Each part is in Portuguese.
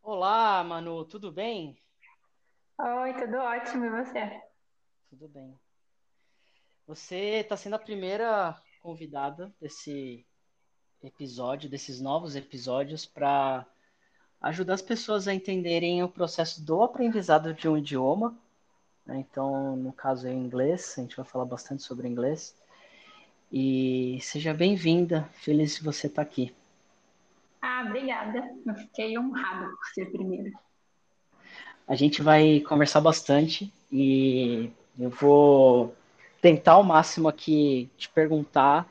Olá, Manu, tudo bem? Oi, tudo ótimo, e você? Tudo bem. Você está sendo a primeira convidada desse episódio, desses novos episódios, para ajudar as pessoas a entenderem o processo do aprendizado de um idioma, né? Então, no caso é inglês, a gente vai falar bastante sobre inglês. E seja bem-vinda, feliz de você estar aqui. Ah, obrigada. Eu fiquei honrada por ser primeiro. A gente vai conversar bastante e eu vou tentar ao máximo aqui te perguntar,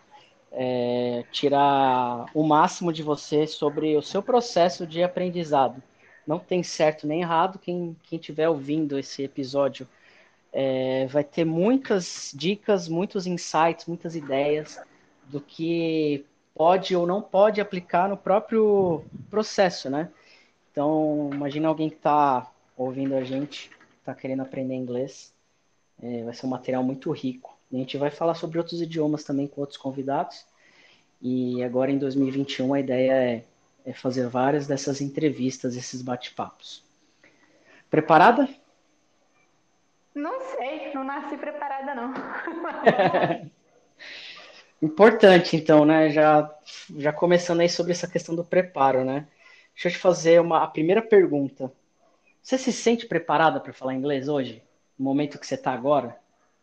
tirar o máximo de você sobre o seu processo de aprendizado. Não tem certo nem errado. Quem estiver ouvindo esse episódio vai ter muitas dicas, muitos insights, muitas ideias do que pode ou não pode aplicar no próprio processo, né? Então, imagina alguém que está ouvindo a gente, está querendo aprender inglês, vai ser um material muito rico. A gente vai falar sobre outros idiomas também com outros convidados. E agora em 2021 a ideia é fazer várias dessas entrevistas, esses bate-papos. Preparada? Não sei, não nasci preparada não. Mas vamos lá. Importante, então, né? Já começando aí sobre essa questão do preparo, né? Deixa eu te fazer a primeira pergunta. Você se sente preparada para falar inglês hoje? No momento que você está agora?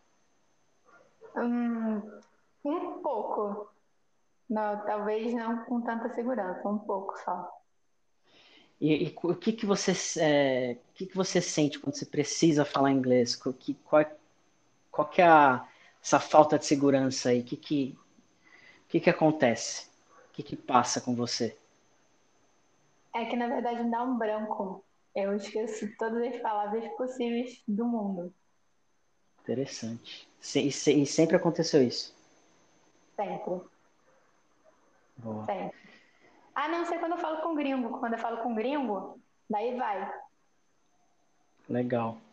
Hum, um pouco. Não, talvez não com tanta segurança, um pouco só. E o que que o que que você sente quando você precisa falar inglês? Qual que é essa falta de segurança aí? O que que acontece? O que que passa com você? É que na verdade me dá um branco. Eu esqueço todas as palavras possíveis do mundo. Interessante. E sempre aconteceu isso. Sempre, Boa. sempre. A não ser quando eu falo com gringo. Quando eu falo com gringo, daí vai. Legal.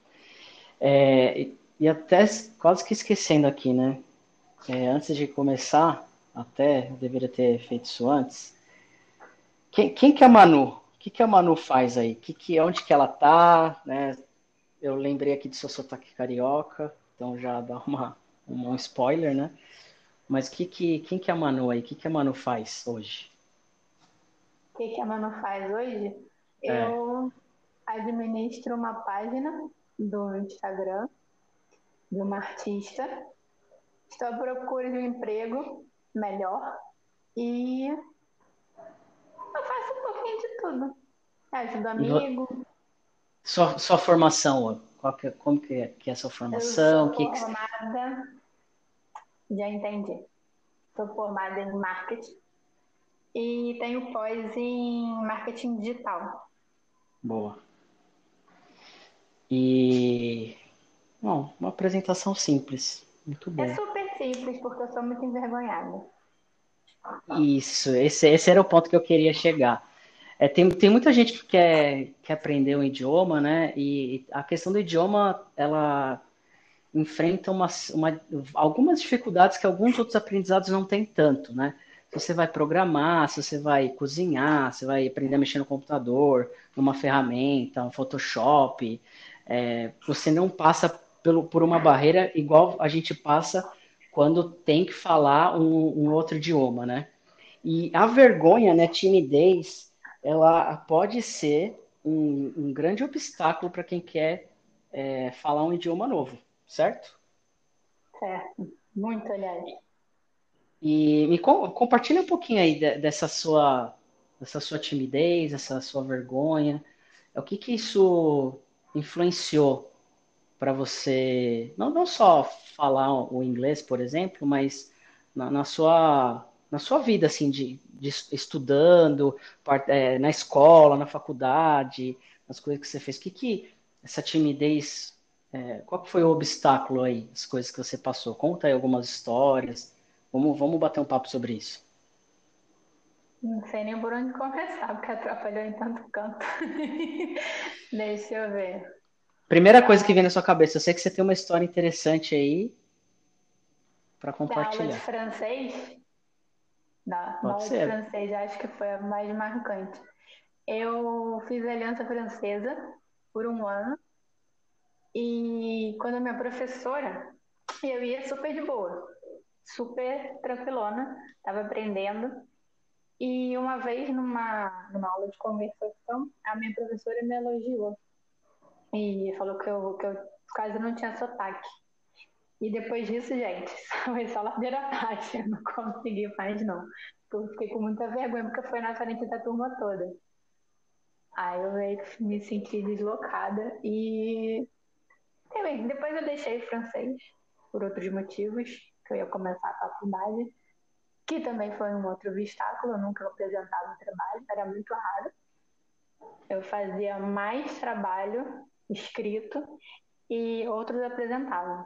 E até quase que esquecendo aqui, né? Antes de começar, até eu deveria ter feito isso antes. Quem que é a Manu? O que que a Manu faz aí? Onde que ela tá, né? Eu lembrei aqui do seu sotaque carioca, então já dá um spoiler, né? Mas quem que é a Manu aí? O que que a Manu faz hoje? O que que a Manu faz hoje? É, Eu administro uma página do Instagram de uma artista. Estou à procura de um emprego melhor e eu faço um pouquinho de tudo. Ajudo e amigo. sua formação, como que é a sua Eu formação? sou formada, já entendi. Sou formada em marketing e tenho pós em marketing digital. Boa. E, bom, uma apresentação simples. Muito É bom. super simples porque eu sou muito envergonhada. Isso, esse era o ponto que eu queria chegar. Tem muita gente que quer aprender um idioma, né? E a questão do idioma, ela enfrenta algumas dificuldades que alguns outros aprendizados não têm tanto, né? Se você vai programar, se você vai cozinhar, se vai aprender a mexer no computador, numa ferramenta, um Photoshop, você não passa por uma barreira igual a gente passa quando tem que falar um outro idioma, né? E a vergonha, né, timidez, ela pode ser um grande obstáculo para quem quer falar um idioma novo, certo? Certo. Muito, aliás. E compartilha um pouquinho aí dessa sua timidez, essa sua vergonha. O que que isso influenciou para você, não só falar o inglês, por exemplo, mas na sua vida, assim, de estudando, na escola, na faculdade, nas coisas que você fez. Que essa timidez, qual que foi o obstáculo aí, as coisas que você passou? Conta aí algumas histórias. Vamos bater um papo sobre isso. Não sei nem por onde começar, porque atrapalhou em tanto canto. Deixa eu ver. Primeira coisa que Ah, vem na sua cabeça, eu sei que você tem uma história interessante aí para da aula de compartilhar. francês, da Pode aula de ser. francês, acho que foi a mais marcante. Eu fiz Aliança Francesa por um ano e quando a minha professora, eu ia super de boa, super tranquilona, estava aprendendo. E uma vez numa aula de conversação, a minha professora me elogiou e falou que eu quase não tinha sotaque. E depois disso, gente, foi só ladeira abaixo, eu não consegui mais não. Eu fiquei com muita vergonha porque foi na frente da turma toda. Aí eu meio que me senti deslocada e também, depois eu deixei o francês por outros motivos, que eu ia começar a faculdade, que também foi um outro obstáculo, eu nunca apresentava o trabalho, era muito raro. Eu fazia mais trabalho escrito e outros apresentavam.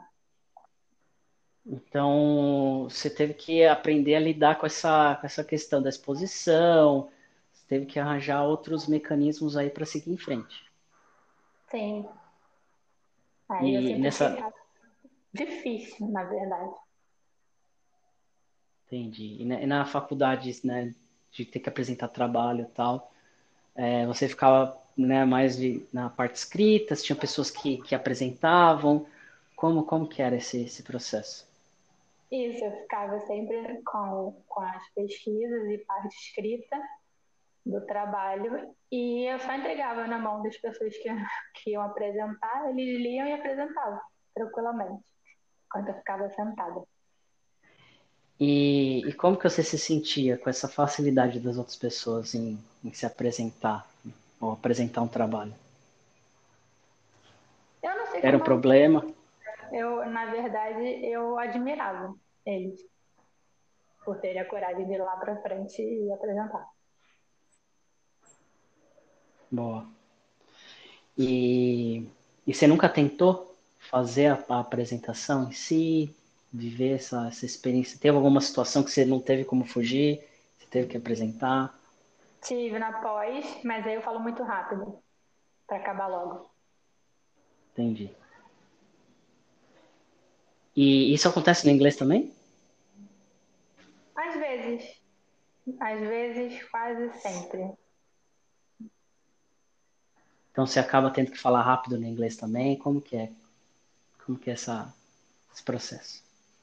Então, você teve que aprender a lidar com essa questão da exposição, você teve que arranjar outros mecanismos aí para seguir em frente. Sim, aí eu E sempre achei nessa, difícil, na verdade. entendi. E na faculdade, né, de ter que apresentar trabalho e tal, você ficava, né, mais na parte escrita, tinha pessoas que apresentavam, como que era esse processo? Isso, eu ficava sempre com as pesquisas e parte escrita do trabalho e eu só entregava na mão das pessoas que iam apresentar, eles liam e apresentavam tranquilamente, enquanto eu ficava sentada. E como que você se sentia com essa facilidade das outras pessoas em se apresentar ou apresentar um trabalho? Eu não sei Era um como problema? na verdade, eu admirava eles por terem a coragem de ir lá para frente e apresentar. Boa. E, e você nunca tentou fazer a apresentação em si, viver essa experiência? Teve alguma situação que você não teve como fugir, você teve que apresentar? Tive na pós, mas aí eu falo muito rápido para acabar logo. Entendi. E isso acontece no inglês também? Às vezes, às vezes, quase sempre. Então você acaba tendo que falar rápido no inglês também? Como que é? Como que é esse processo?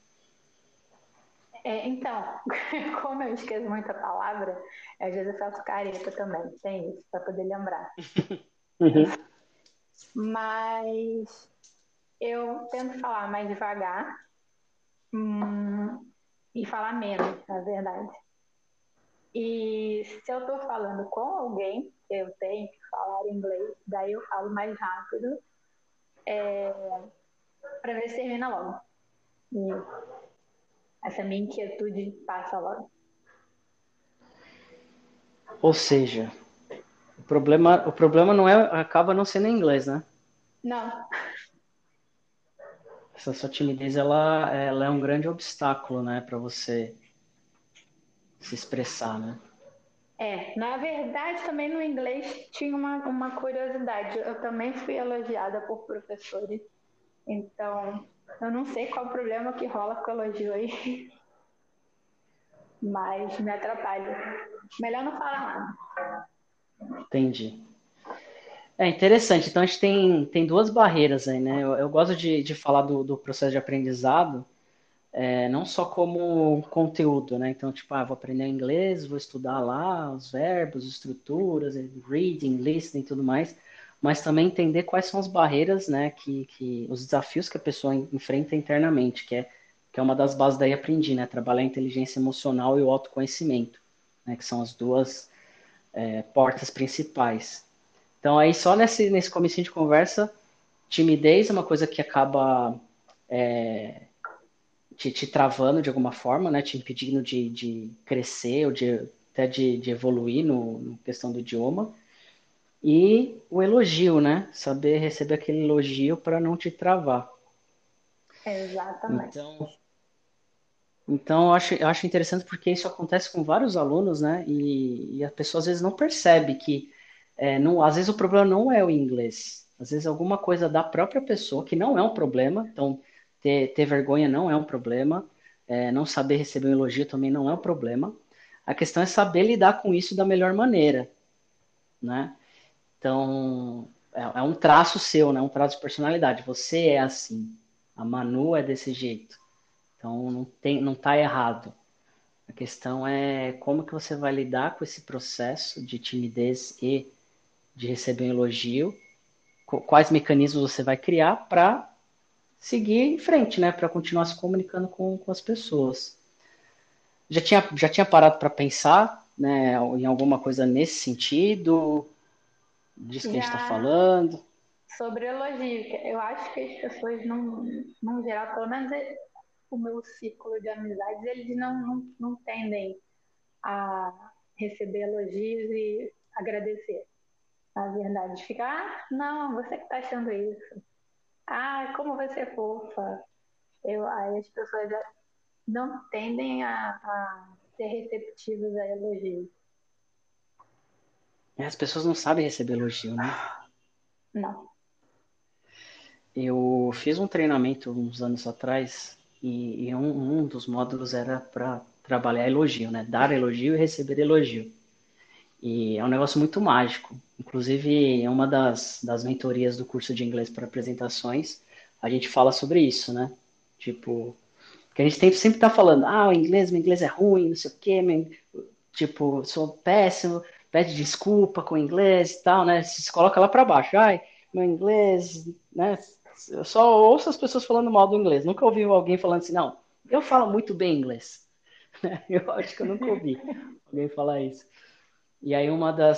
Então, como eu esqueço muita palavra, às vezes eu faço careta também, tem isso, para poder lembrar. Uhum. Mas eu tento falar mais devagar, e falar menos, na verdade. E se eu estou falando com alguém, eu tenho que falar inglês, daí eu falo mais rápido, para ver se termina logo. E essa minha inquietude passa logo. Ou seja, o problema não é, acaba não sendo em inglês, né? Não, Essa sua timidez, ela é um grande obstáculo, né, para você se expressar, né? na verdade também no inglês tinha uma curiosidade. Eu também fui elogiada por professores, então eu não sei qual o problema que rola com o elogio aí, mas me atrapalha. Melhor não falar nada. Entendi. É interessante. Então a gente tem duas barreiras aí, né? Eu gosto de falar do processo de aprendizado, não só como conteúdo, né? Então, tipo, vou aprender inglês, vou estudar lá os verbos, estruturas, reading, listening e tudo mais, mas também entender quais são as barreiras, né? Os desafios que a pessoa enfrenta internamente, que é uma das bases daí aprendi, né? Trabalhar a inteligência emocional e o autoconhecimento, né? Que são as duas portas principais. Então, aí só nesse comecinho de conversa, timidez é uma coisa que acaba te travando de alguma forma, né? Te impedindo de crescer ou até de evoluir no questão do idioma. E o elogio, né? Saber receber aquele elogio para não te travar. Exatamente. Então, eu acho interessante porque isso acontece com vários alunos, né? E a pessoa às vezes não percebe que, não, às vezes o problema não é o inglês. Às vezes alguma coisa da própria pessoa, que não é um problema. Então, ter vergonha não é um problema. Não saber receber um elogio também não é um problema. A questão é saber lidar com isso da melhor maneira, né? Então, é um traço seu, né? Um traço de personalidade. Você é assim. A Manu é desse jeito. Então, não tá errado. A questão é como que você vai lidar com esse processo de timidez e de receber um elogio, quais mecanismos você vai criar para seguir em frente, né? Para continuar se comunicando com as pessoas. Já tinha parado para pensar, né, em alguma coisa nesse sentido, disso que a gente está Já falando? sobre elogio, eu acho que as pessoas, não geral, pelo menos o meu círculo de amizades, eles não tendem a receber elogios e agradecer. Na verdade, fica, não, você que tá achando isso. Como você é fofa. Aí as pessoas não tendem a ser receptivas a elogios. As pessoas não sabem receber elogio, né? Não. Eu fiz um treinamento uns anos atrás e um dos módulos era para trabalhar elogio, né? Dar elogio e receber elogio. E é um negócio muito mágico. Inclusive, em uma das mentorias do curso de inglês para apresentações, a gente fala sobre isso, né? Tipo, porque a gente sempre tá falando, meu inglês é ruim, não sei o quê, tipo, sou péssimo, pede desculpa com o inglês e tal, né? Se coloca lá para baixo, meu inglês, né? Eu só ouço as pessoas falando mal do inglês. Nunca ouvi alguém falando assim, não, eu falo muito bem inglês. Eu acho que eu nunca ouvi alguém falar isso. E aí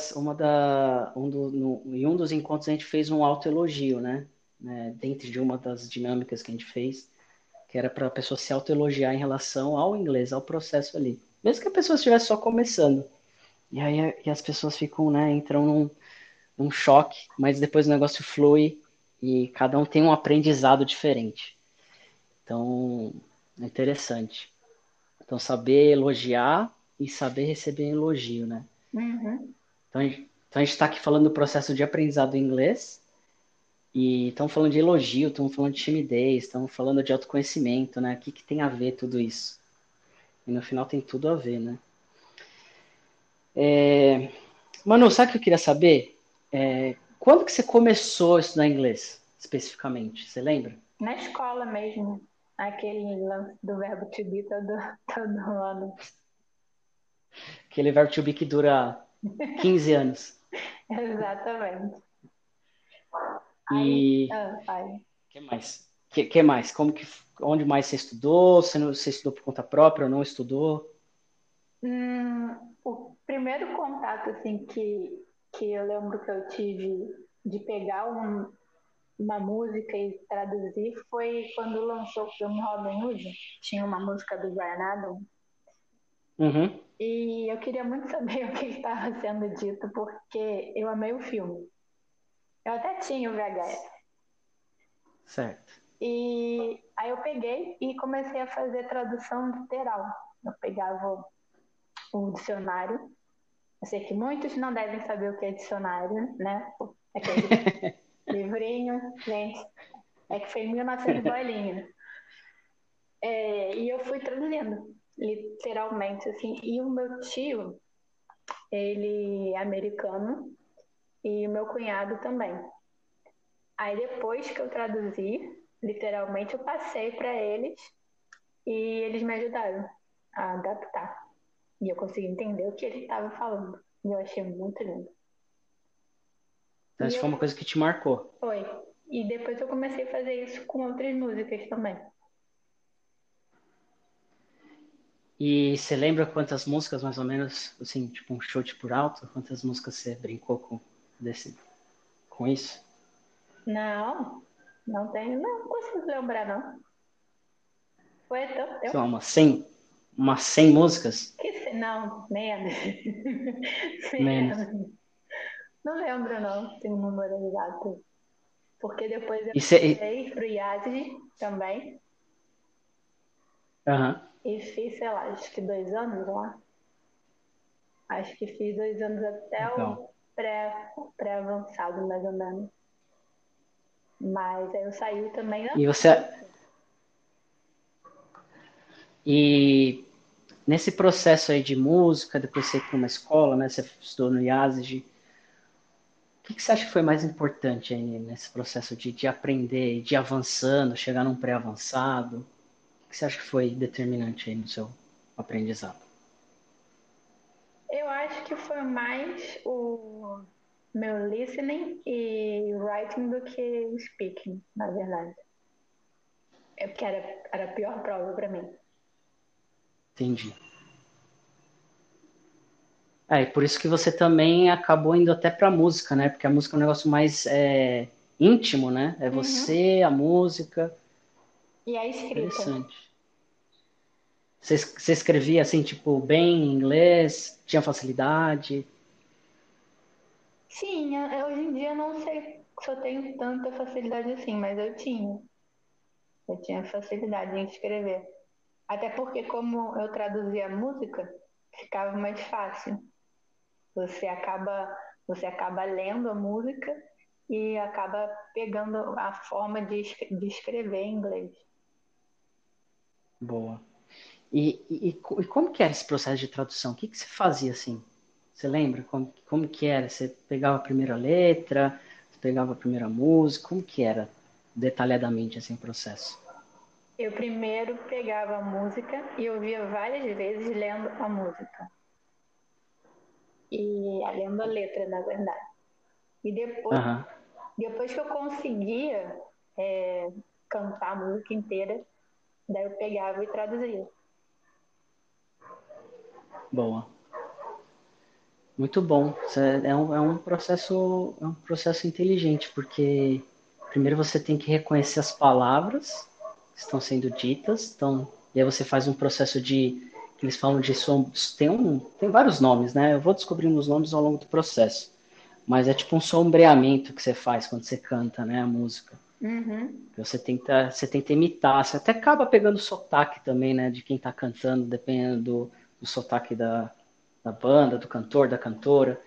em um dos encontros a gente fez um autoelogio, né? Dentro de uma das dinâmicas que a gente fez, que era para a pessoa se autoelogiar em relação ao inglês, ao processo ali. Mesmo que a pessoa estivesse só começando. E aí as pessoas ficam, né, entram num choque, mas depois o negócio flui e cada um tem um aprendizado diferente. Então, é interessante. Então, saber elogiar e saber receber elogio, né? Uhum. Então a gente está aqui falando do processo de aprendizado em inglês e estamos falando de elogio, estamos falando de timidez, estamos falando de autoconhecimento, né? O que tem a ver tudo isso? E no final tem tudo a ver, né? Manu, sabe o que eu queria saber? Quando que você começou a estudar inglês, especificamente? Você lembra? Na escola mesmo, aquele lance do verbo to be todo ano. Aquele verbo to be que dura 15 anos. Exatamente. Aí, E aí. que mais? Que mais? Onde mais você estudou? Você estudou por conta própria ou não estudou? O primeiro contato assim que eu lembro que eu tive de pegar uma música e traduzir foi quando lançou o filme Robin Hood. Tinha uma música do Bryan Adams. Uhum, E eu queria muito saber o que estava sendo dito, porque eu amei o filme. Eu até tinha o VHS. certo. E aí eu peguei e comecei a fazer tradução literal. Eu pegava o dicionário. Eu sei que muitos não devem saber o que é dicionário, né? Aquele livrinho, gente, é que foi em 1900 bolinha. E eu fui traduzindo, literalmente, assim. E o meu tio, ele é americano e o meu cunhado também. Aí depois que eu traduzi, literalmente, eu passei para eles e eles me ajudaram a adaptar. E eu consegui entender o que ele estava falando. E eu achei muito lindo. Então, E isso eu foi uma coisa que te marcou. foi. E depois eu comecei a fazer isso com outras músicas também. E você lembra quantas músicas, mais ou menos, assim, tipo um chute por alto? Quantas músicas você brincou com isso? Não, não tenho, não consigo lembrar, não. Foi teu, teu? Sei lá, umas 100 músicas? Não, menos. Menos. Menos. Não lembro, não, tem um número exato. Porque depois eu E você... entrei pro IASG também Aham. e fiz, sei lá, acho que 2 anos lá. Acho que fiz 2 anos até Legal. o pré-avançado, mais ou menos. Mas aí eu saí também na E você... E nesse processo aí de música, depois você foi para uma escola, né? Você estudou no IASG. que você acha que foi mais importante aí nesse processo de aprender, de ir avançando, chegar num pré-avançado? O que você acha que foi determinante aí no seu aprendizado? Eu acho que foi mais o meu listening e writing do que o speaking, na verdade. É porque era a pior prova para mim. Entendi. É, e por isso que você também acabou indo até pra música, né? Porque a música é um negócio mais íntimo, né? É Uhum. você, a música. E a escrita. Interessante. Você escrevia assim, tipo, bem em inglês? Tinha facilidade? Sim, hoje em dia eu não sei se eu tenho tanta facilidade assim, mas eu tinha. Eu tinha facilidade em escrever. Até porque como eu traduzia música, ficava mais fácil. Você acaba, você acaba lendo a música e acaba pegando a forma de escrever em inglês. Boa. E como que era esse processo de tradução? O que que você fazia assim? Você lembra como que era? Você pegava a primeira letra, você pegava a primeira música, como que era detalhadamente assim o processo? Eu primeiro pegava a música e ouvia várias vezes lendo a música. E lendo a letra, na verdade. E Aham, depois que eu conseguia é, cantar a música inteira, daí eu pegava e traduzia. boa. Muito bom. É um processo inteligente, porque primeiro você tem que reconhecer as palavras que estão sendo ditas, então, e aí você faz um processo que eles falam de som, tem vários nomes, né? Eu vou descobrindo os nomes ao longo do processo, mas é tipo um sombreamento que você faz quando você canta, né, a música. Uhum. Você tenta imitar, você até acaba pegando sotaque também, né, de quem está cantando, dependendo do sotaque da banda, do cantor, da cantora.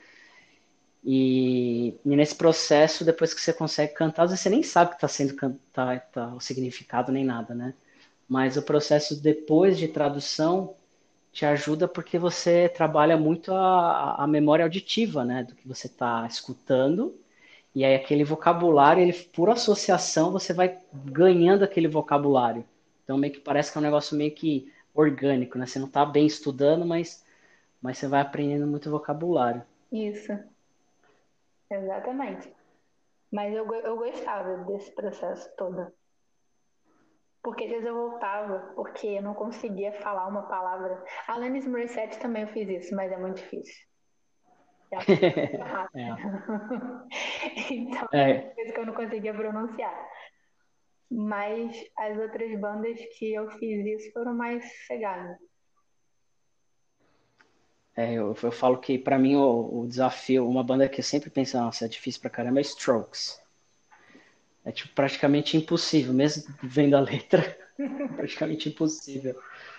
E nesse processo, depois que você consegue cantar, às vezes você nem sabe que está sendo tá o significado nem nada, né? Mas o processo depois de tradução te ajuda porque você trabalha muito a memória auditiva, né? Do que você está escutando. E aí aquele vocabulário, ele por associação, você vai ganhando aquele vocabulário. Então meio que parece que é um negócio meio que orgânico, né? Você não está bem estudando, mas você vai aprendendo muito vocabulário. Isso, exatamente. Mas eu gostava desse processo todo. Porque às vezes eu voltava, porque eu não conseguia falar uma palavra. A Alanis Morissette também eu fiz isso, mas é muito difícil. Ela fala rápido. É, Então, é, coisa que eu não conseguia pronunciar. Mas as outras bandas que eu fiz isso foram mais sossegadas. eu falo que pra mim o desafio, uma banda que eu sempre penso, nossa, é difícil pra caramba, é Strokes. É tipo praticamente impossível, mesmo vendo a letra, praticamente impossível.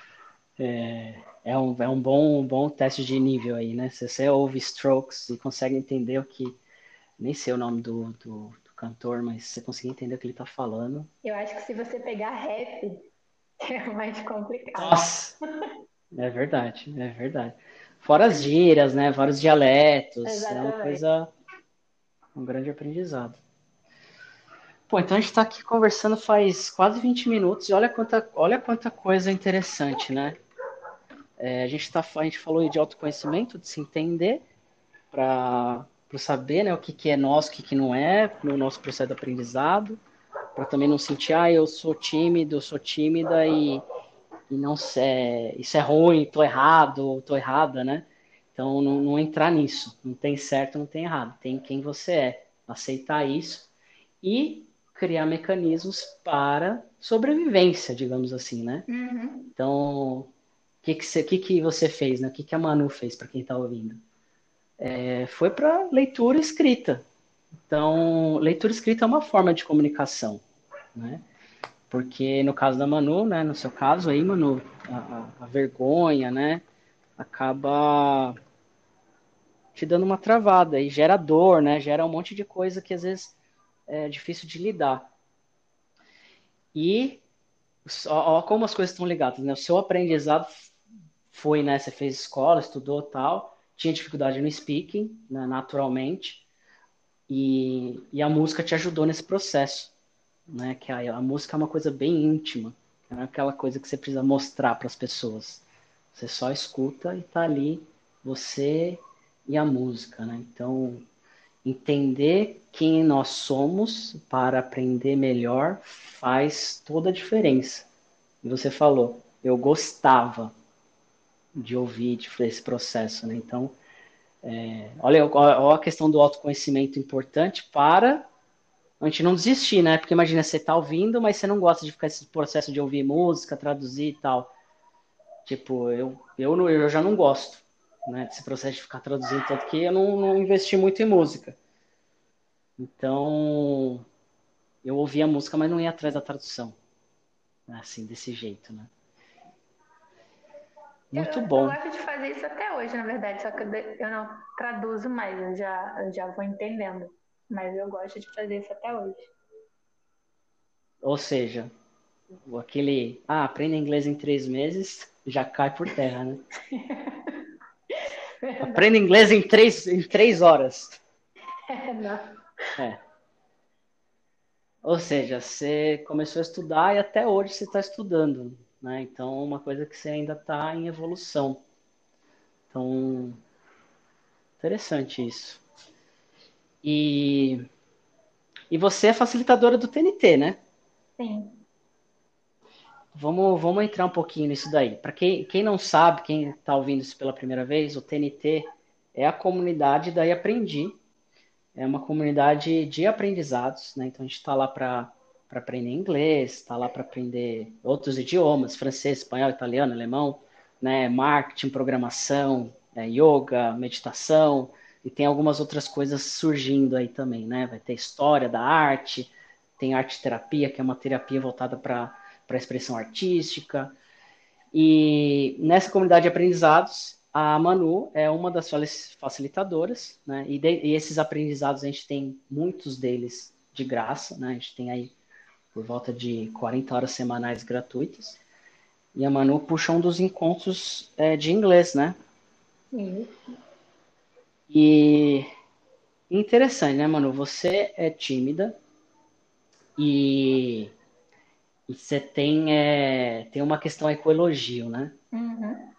É um bom teste de nível aí, né? Se você ouve Strokes e consegue entender o que, nem sei o nome do cantor, mas se você conseguir entender o que ele tá falando. Eu acho que se você pegar rap, é mais complicado. Nossa! É verdade, é verdade. Fora as gírias, né? Vários dialetos, é uma Exatamente. coisa, um grande aprendizado. Pô, então a gente está aqui conversando faz quase 20 minutos e olha quanta coisa interessante, né? A gente falou de autoconhecimento, de se entender, para saber, né, o que é nosso, o que não é, no nosso processo de aprendizado, para também não sentir, eu sou tímido, eu sou tímida e não sei, isso é ruim, tô errada, né? Então não entrar nisso, não tem certo, não tem errado, tem quem você é, aceitar isso e criar mecanismos para sobrevivência, digamos assim, né? Uhum. Então, o que que você fez, né? O que que a Manu fez para quem está ouvindo? Foi para leitura escrita. Então, leitura escrita é uma forma de comunicação, né? Porque no caso da Manu, né? No seu caso aí, Manu, a vergonha, né? Acaba te dando uma travada e gera dor, né? Gera um monte de coisa que às vezes é difícil de lidar. E ó, como as coisas estão ligadas, né? O seu aprendizado foi, né? Você fez escola, estudou tal, tinha dificuldade no speaking, né, naturalmente. e a música te ajudou nesse processo, né? Que a música é uma coisa bem íntima, não é aquela coisa que você precisa mostrar para as pessoas. Você só escuta e tá ali você e a música, né? Então, entender quem nós somos para aprender melhor faz toda a diferença. E você falou, eu gostava de ouvir, de fazer esse processo, né? Então, olha a questão do autoconhecimento importante para a gente não desistir, né? Porque imagina, você tá ouvindo, mas você não gosta de ficar esse processo de ouvir música, traduzir e tal. Tipo, eu já não gosto, né? Desse processo de ficar traduzindo, tanto que eu não investi muito em música. Então, eu ouvia a música, mas não ia atrás da tradução. Assim, desse jeito, né? Muito Eu bom. gosto de fazer isso até hoje, na verdade, só que eu não traduzo mais, eu já vou entendendo. Mas eu gosto de fazer isso até hoje. Ou seja, aprenda inglês em 3 meses, já cai por terra, né? Aprenda inglês em três horas. Não. É. Ou seja, você começou a estudar e até hoje você está estudando, né? Então, é uma coisa que você ainda está em evolução. Então, interessante isso. E, e você é facilitadora do TNT, né? Sim. Vamos entrar um pouquinho nisso daí. Para quem não sabe, quem está ouvindo isso pela primeira vez, o TNT é a comunidade Daí Aprendi. É uma comunidade de aprendizados, né? Então a gente está lá para aprender inglês, está lá para aprender outros idiomas, francês, espanhol, italiano, alemão, né? Marketing, programação, yoga, meditação, e tem algumas outras coisas surgindo aí também, né? Vai ter história da arte, tem arte terapia, que é uma terapia voltada para a expressão artística. E nessa comunidade de aprendizados, a Manu é uma das facilitadoras, né? E esses aprendizados a gente tem muitos deles de graça, né? A gente tem aí por volta de 40 horas semanais gratuitas. E a Manu puxa um dos encontros de inglês, né? Isso. E interessante, né, Manu? Você é tímida e, e você tem uma questão aí com o elogio, né? Uhum.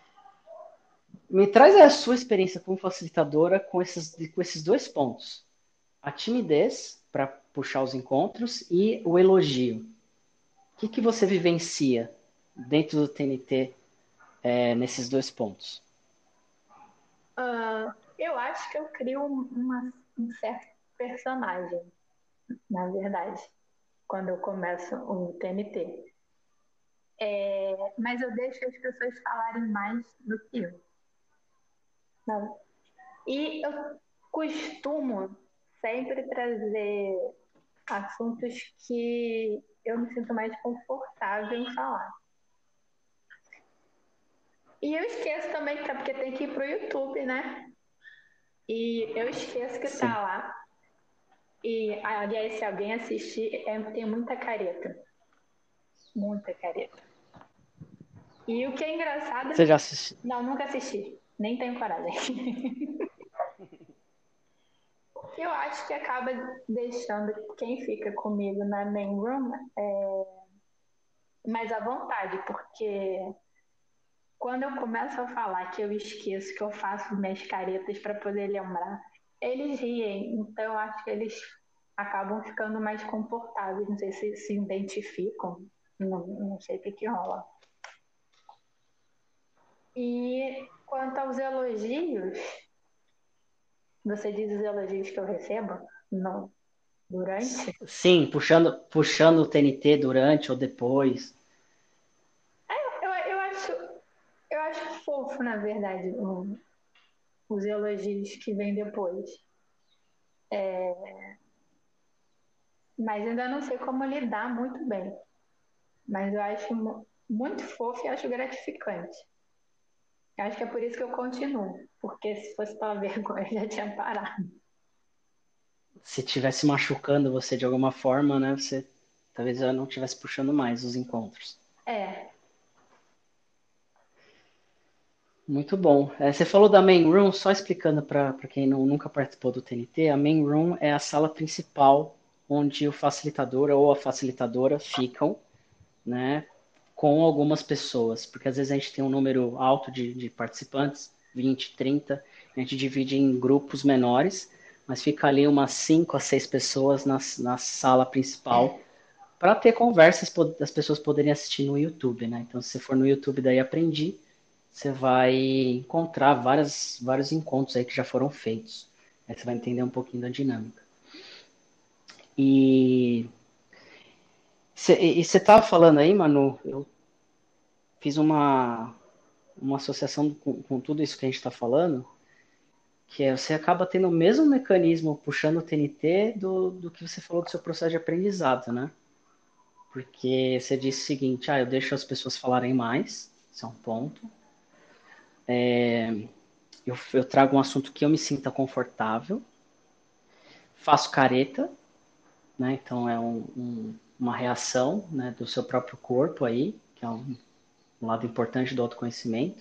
Me traz a sua experiência como facilitadora com esses dois pontos. A timidez para puxar os encontros e o elogio. O que você vivencia dentro do TNT nesses dois pontos? Eu acho que eu crio um certo personagem, na verdade, quando eu começo o TNT. Mas eu deixo as pessoas falarem mais do que eu. Né? E eu costumo sempre trazer assuntos que eu me sinto mais confortável em falar. E eu esqueço também, tá? Porque tem que ir pro YouTube, né? E eu esqueço que Sim. tá lá. E, aliás, se alguém assistir, tem muita careta. Muita careta. E o que é engraçado. Você já assistiu? Não, nunca assisti. Nem tenho coragem. Eu acho que acaba deixando quem fica comigo na main room mais à vontade, porque quando eu começo a falar que eu esqueço que eu faço minhas caretas para poder lembrar, eles riem, então eu acho que eles acabam ficando mais confortáveis, não sei se identificam, não sei o que rola. E quanto aos elogios, você diz os elogios que eu recebo? Não, durante? Sim, puxando o TNT durante ou depois. Eu acho, eu acho fofo, na verdade, os elogios que vêm depois. Mas ainda não sei como lidar muito bem. Mas eu acho muito fofo e acho gratificante. Eu acho que é por isso que eu continuo. Porque se fosse pela vergonha, eu já tinha parado. Se tivesse machucando você de alguma forma, né? Você talvez já não estivesse puxando mais os encontros. É, Muito bom. Você falou da main room, só explicando para quem nunca participou do TNT, a main room é a sala principal onde o facilitador ou a facilitadora ficam, né, com algumas pessoas, porque às vezes a gente tem um número alto de participantes, 20, 30, a gente divide em grupos menores, mas fica ali umas 5 a 6 pessoas na sala principal para ter conversas das pessoas poderem assistir no YouTube, né? Então, se você for no YouTube daí Aprendi, você vai encontrar vários encontros aí que já foram feitos. Aí você vai entender um pouquinho da dinâmica. E você estava falando aí, Manu, eu fiz uma associação com tudo isso que a gente está falando, que é você acaba tendo o mesmo mecanismo puxando o TNT do que você falou do seu processo de aprendizado, né? Porque você disse o seguinte, eu deixo as pessoas falarem mais, isso é um ponto. Eu trago um assunto que eu me sinta confortável, faço careta, né? Então é uma reação, né, do seu próprio corpo aí, que é um lado importante do autoconhecimento.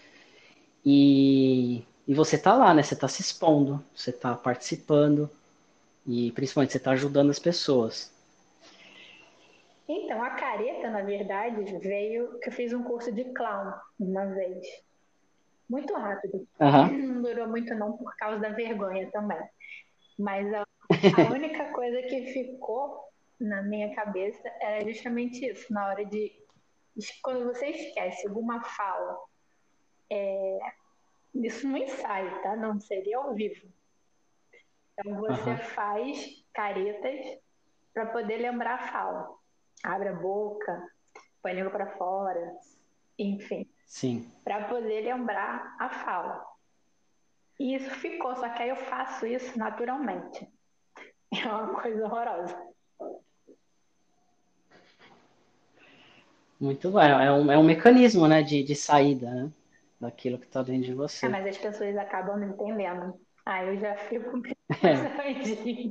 E você tá lá, né? Você tá se expondo, você tá participando e principalmente você tá ajudando as pessoas. Então, a careta, na verdade, veio que eu fiz um curso de clown uma vez. Muito rápido. Aham. Não durou muito não por causa da vergonha também. Mas a única coisa que ficou na minha cabeça era justamente isso. Na hora de... Quando você esquece alguma fala, isso no ensaio, tá? Não seria ao vivo. Então você Aham. faz caretas para poder lembrar a fala. Abre a boca, põe a língua para fora, enfim, Sim. para poder lembrar a fala. E isso ficou, só que aí eu faço isso naturalmente. É uma coisa horrorosa. Muito bom. É um mecanismo, né, de saída, né, daquilo que está dentro de É, você. mas as pessoas acabam não entendendo. Aí eu já fico meio constrangida.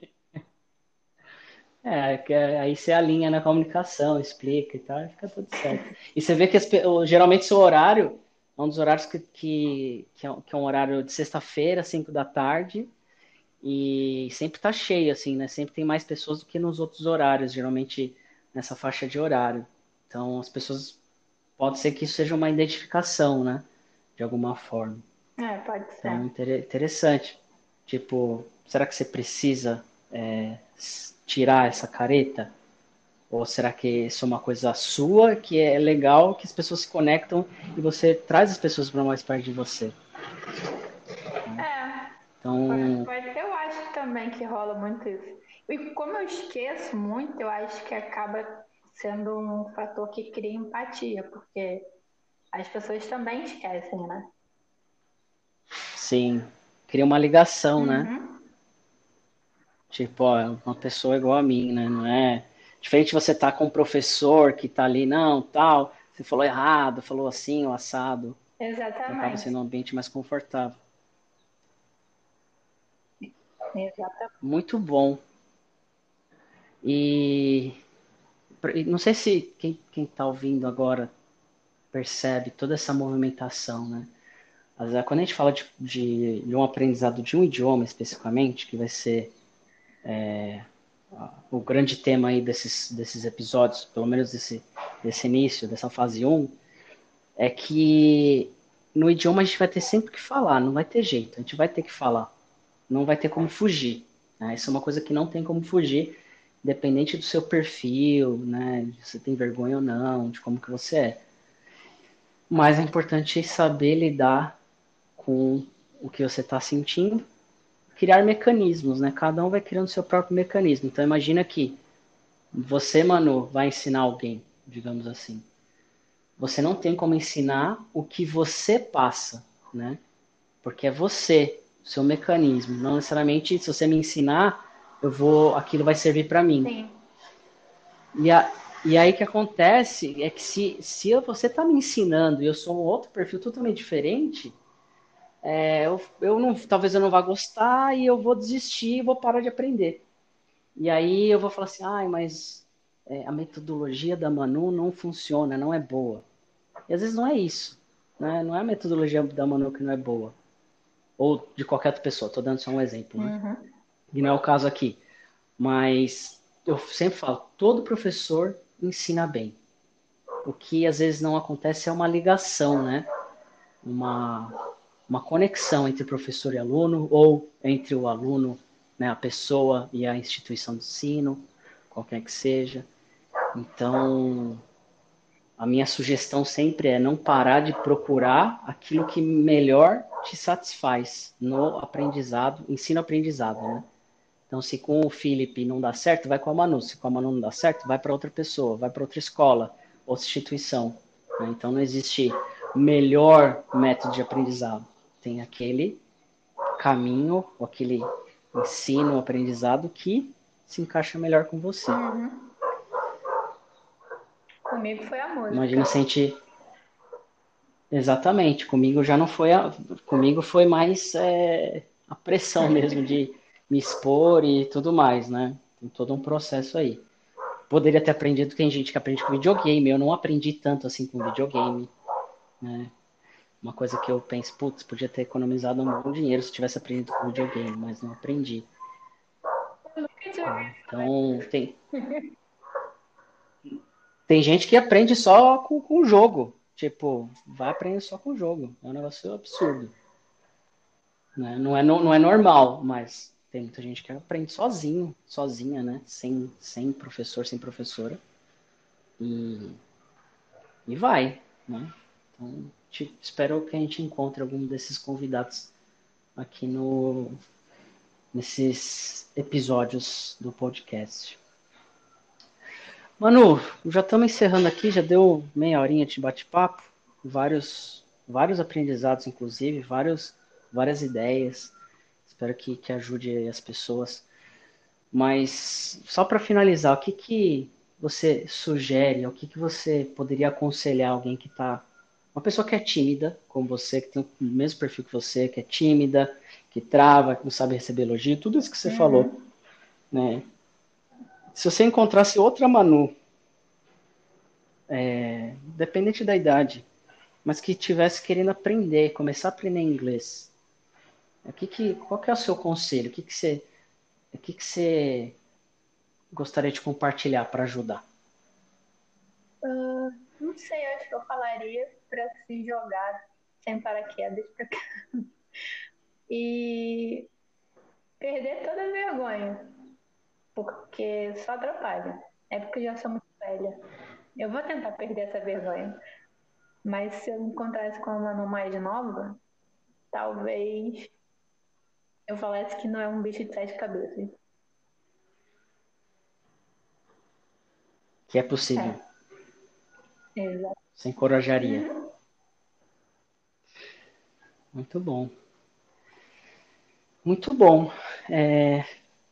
Aí você alinha na comunicação, explica e tal, e fica tudo certo. E você vê que geralmente seu horário é um dos horários que é um horário de sexta-feira, 5 da tarde, e sempre tá cheio, assim, né? Sempre tem mais pessoas do que nos outros horários, geralmente nessa faixa de horário. Então as pessoas, pode ser que isso seja uma identificação, né? De alguma forma. É, pode Então, ser. interessante. Tipo, será que você precisa tirar essa careta? Ou será que isso é uma coisa sua, que é legal, que as pessoas se conectam e você traz as pessoas para mais perto de você? É, Então, eu acho também que rola muito isso. E como eu esqueço muito, eu acho que acaba sendo um fator que cria empatia, porque as pessoas também esquecem, né? sim, cria uma ligação, né? Uhum. Tipo, ó, é uma pessoa igual a mim, né? Não é diferente de você estar com um professor que tá ali, não, tal, você falou errado, falou assim, o assado. Então acaba Exatamente. sendo um ambiente mais confortável. Exatamente. Muito bom. E não sei se quem tá ouvindo agora percebe toda essa movimentação, né? Quando a gente fala de um aprendizado de um idioma especificamente, que vai ser o grande tema aí desses episódios, pelo menos desse início, dessa fase um, é que no idioma a gente vai ter sempre que falar, não vai ter jeito, a gente vai ter que falar, não vai ter como fugir. Né? Isso é uma coisa que não tem como fugir, independente do seu perfil, né, de se tem vergonha ou não, de como que você é. Mas é importante saber lidar com o que você está sentindo, criar mecanismos, né? Cada um vai criando seu próprio mecanismo. Então imagina que você, Manu, vai ensinar alguém, digamos assim. Você não tem como ensinar o que você passa, né? Porque é você, o seu mecanismo. Não necessariamente se você me ensinar, aquilo vai servir para mim. Sim. E, a, e aí o que acontece é que se você está me ensinando e eu sou um outro perfil totalmente diferente, eu não, talvez eu não vá gostar e eu vou desistir e vou parar de aprender. E aí eu vou falar assim, mas a metodologia da Manu não funciona, não é boa. E às vezes não é isso. né? Não é a metodologia da Manu que não é boa. Ou de qualquer outra pessoa, estou dando só um exemplo, né? Uhum. E não é o caso aqui. Mas eu sempre falo, todo professor ensina bem. O que às vezes não acontece é uma ligação, né? Uma conexão entre professor e aluno, ou entre o aluno, né, a pessoa e a instituição de ensino, qualquer que seja. Então, a minha sugestão sempre é não parar de procurar aquilo que melhor te satisfaz no aprendizado, ensino-aprendizado, né? Então, se com o Felipe não dá certo, vai com a Manu. Se com a Manu não dá certo, vai para outra pessoa, vai para outra escola, outra instituição. Né? Então, não existe melhor método de aprendizado. Tem aquele caminho, ou aquele ensino, aprendizado que se encaixa melhor com você. Uhum. Comigo foi a Imagina música. se a gente. Exatamente, comigo já não foi. Comigo foi mais a pressão mesmo de me expor e tudo mais, né? Tem todo um processo aí. Poderia ter aprendido, tem gente que aprende com videogame, eu não aprendi tanto assim com videogame, né? Uma coisa que eu penso, putz, podia ter economizado um bom dinheiro se tivesse aprendido com videogame, mas não aprendi. Eu nunca tive Então, tem gente que aprende só com o jogo. Tipo, vai aprender só com o jogo. É um negócio absurdo. Né? Não é normal, mas tem muita gente que aprende sozinho, sozinha, né? Sem professor, sem professora. E, e vai, né? Então, espero que a gente encontre algum desses convidados aqui nesses episódios do podcast. Manu, já estamos encerrando aqui, já deu meia horinha de bate-papo, vários aprendizados, inclusive, várias ideias. Espero que ajude as pessoas. Mas só para finalizar, o que você sugere, o que você poderia aconselhar alguém que está, uma pessoa que é tímida, como você, que tem o mesmo perfil que você, que é tímida, que trava, que não sabe receber elogio, tudo isso que você falou, Uhum. né? Se você encontrasse outra Manu, independente da idade, mas que estivesse querendo aprender, começar a aprender inglês, qual que é o seu conselho? O que você gostaria de compartilhar para ajudar? Não sei, acho que eu falaria para se jogar sem paraquedas pra cá. E perder toda a vergonha, porque só atrapalha. É porque eu já sou muito velha. Eu vou tentar perder essa vergonha. Mas se eu encontrasse com uma Manu mais nova, talvez eu falasse que não é um bicho de sete cabeças. Que é possível? É, exato. Você encorajaria? Uhum. Muito bom. Muito bom. É,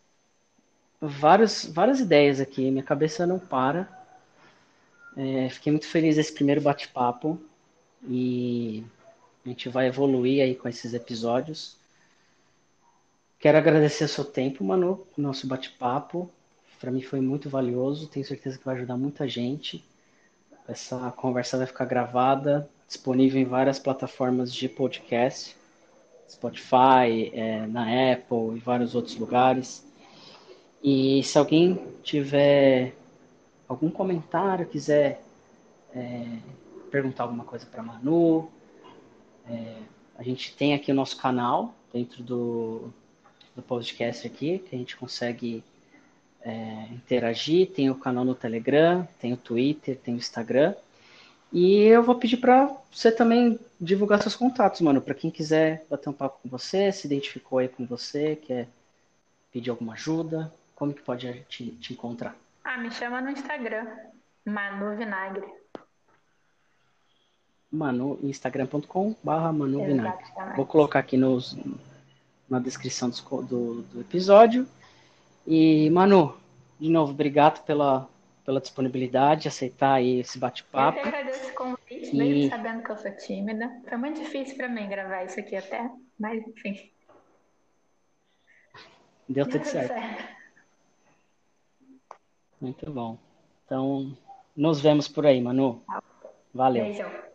várias ideias aqui. Minha cabeça não para. Fiquei muito feliz desse primeiro bate-papo. E a gente vai evoluir aí com esses episódios. Quero agradecer o seu tempo, Manu, o nosso bate-papo. Para mim foi muito valioso. Tenho certeza que vai ajudar muita gente. Essa conversa vai ficar gravada, disponível em várias plataformas de podcast. Spotify, na Apple e vários outros lugares. E se alguém tiver algum comentário, quiser perguntar alguma coisa para Manu, a gente tem aqui o nosso canal dentro do podcast aqui, que a gente consegue interagir. Tem o canal no Telegram, tem o Twitter, tem o Instagram. E eu vou pedir para você também divulgar seus contatos, mano, para quem quiser bater um papo com você, se identificou aí com você, quer pedir alguma ajuda, como que pode te encontrar? Ah, me chama no Instagram, Manu Vinagre. Manu, instagram.com/Manu Vinagre. Vou Exatamente. colocar aqui na descrição do episódio. E, Manu, de novo, obrigado pela disponibilidade, aceitar aí esse Eu que bate-papo. agradeço o convite, mesmo E sabendo que eu sou tímida. Foi muito difícil para mim gravar isso aqui até, mas enfim, deu deu tudo tudo certo. certo. Muito bom. Então, nos vemos por aí, Manu. Valeu. Beijão.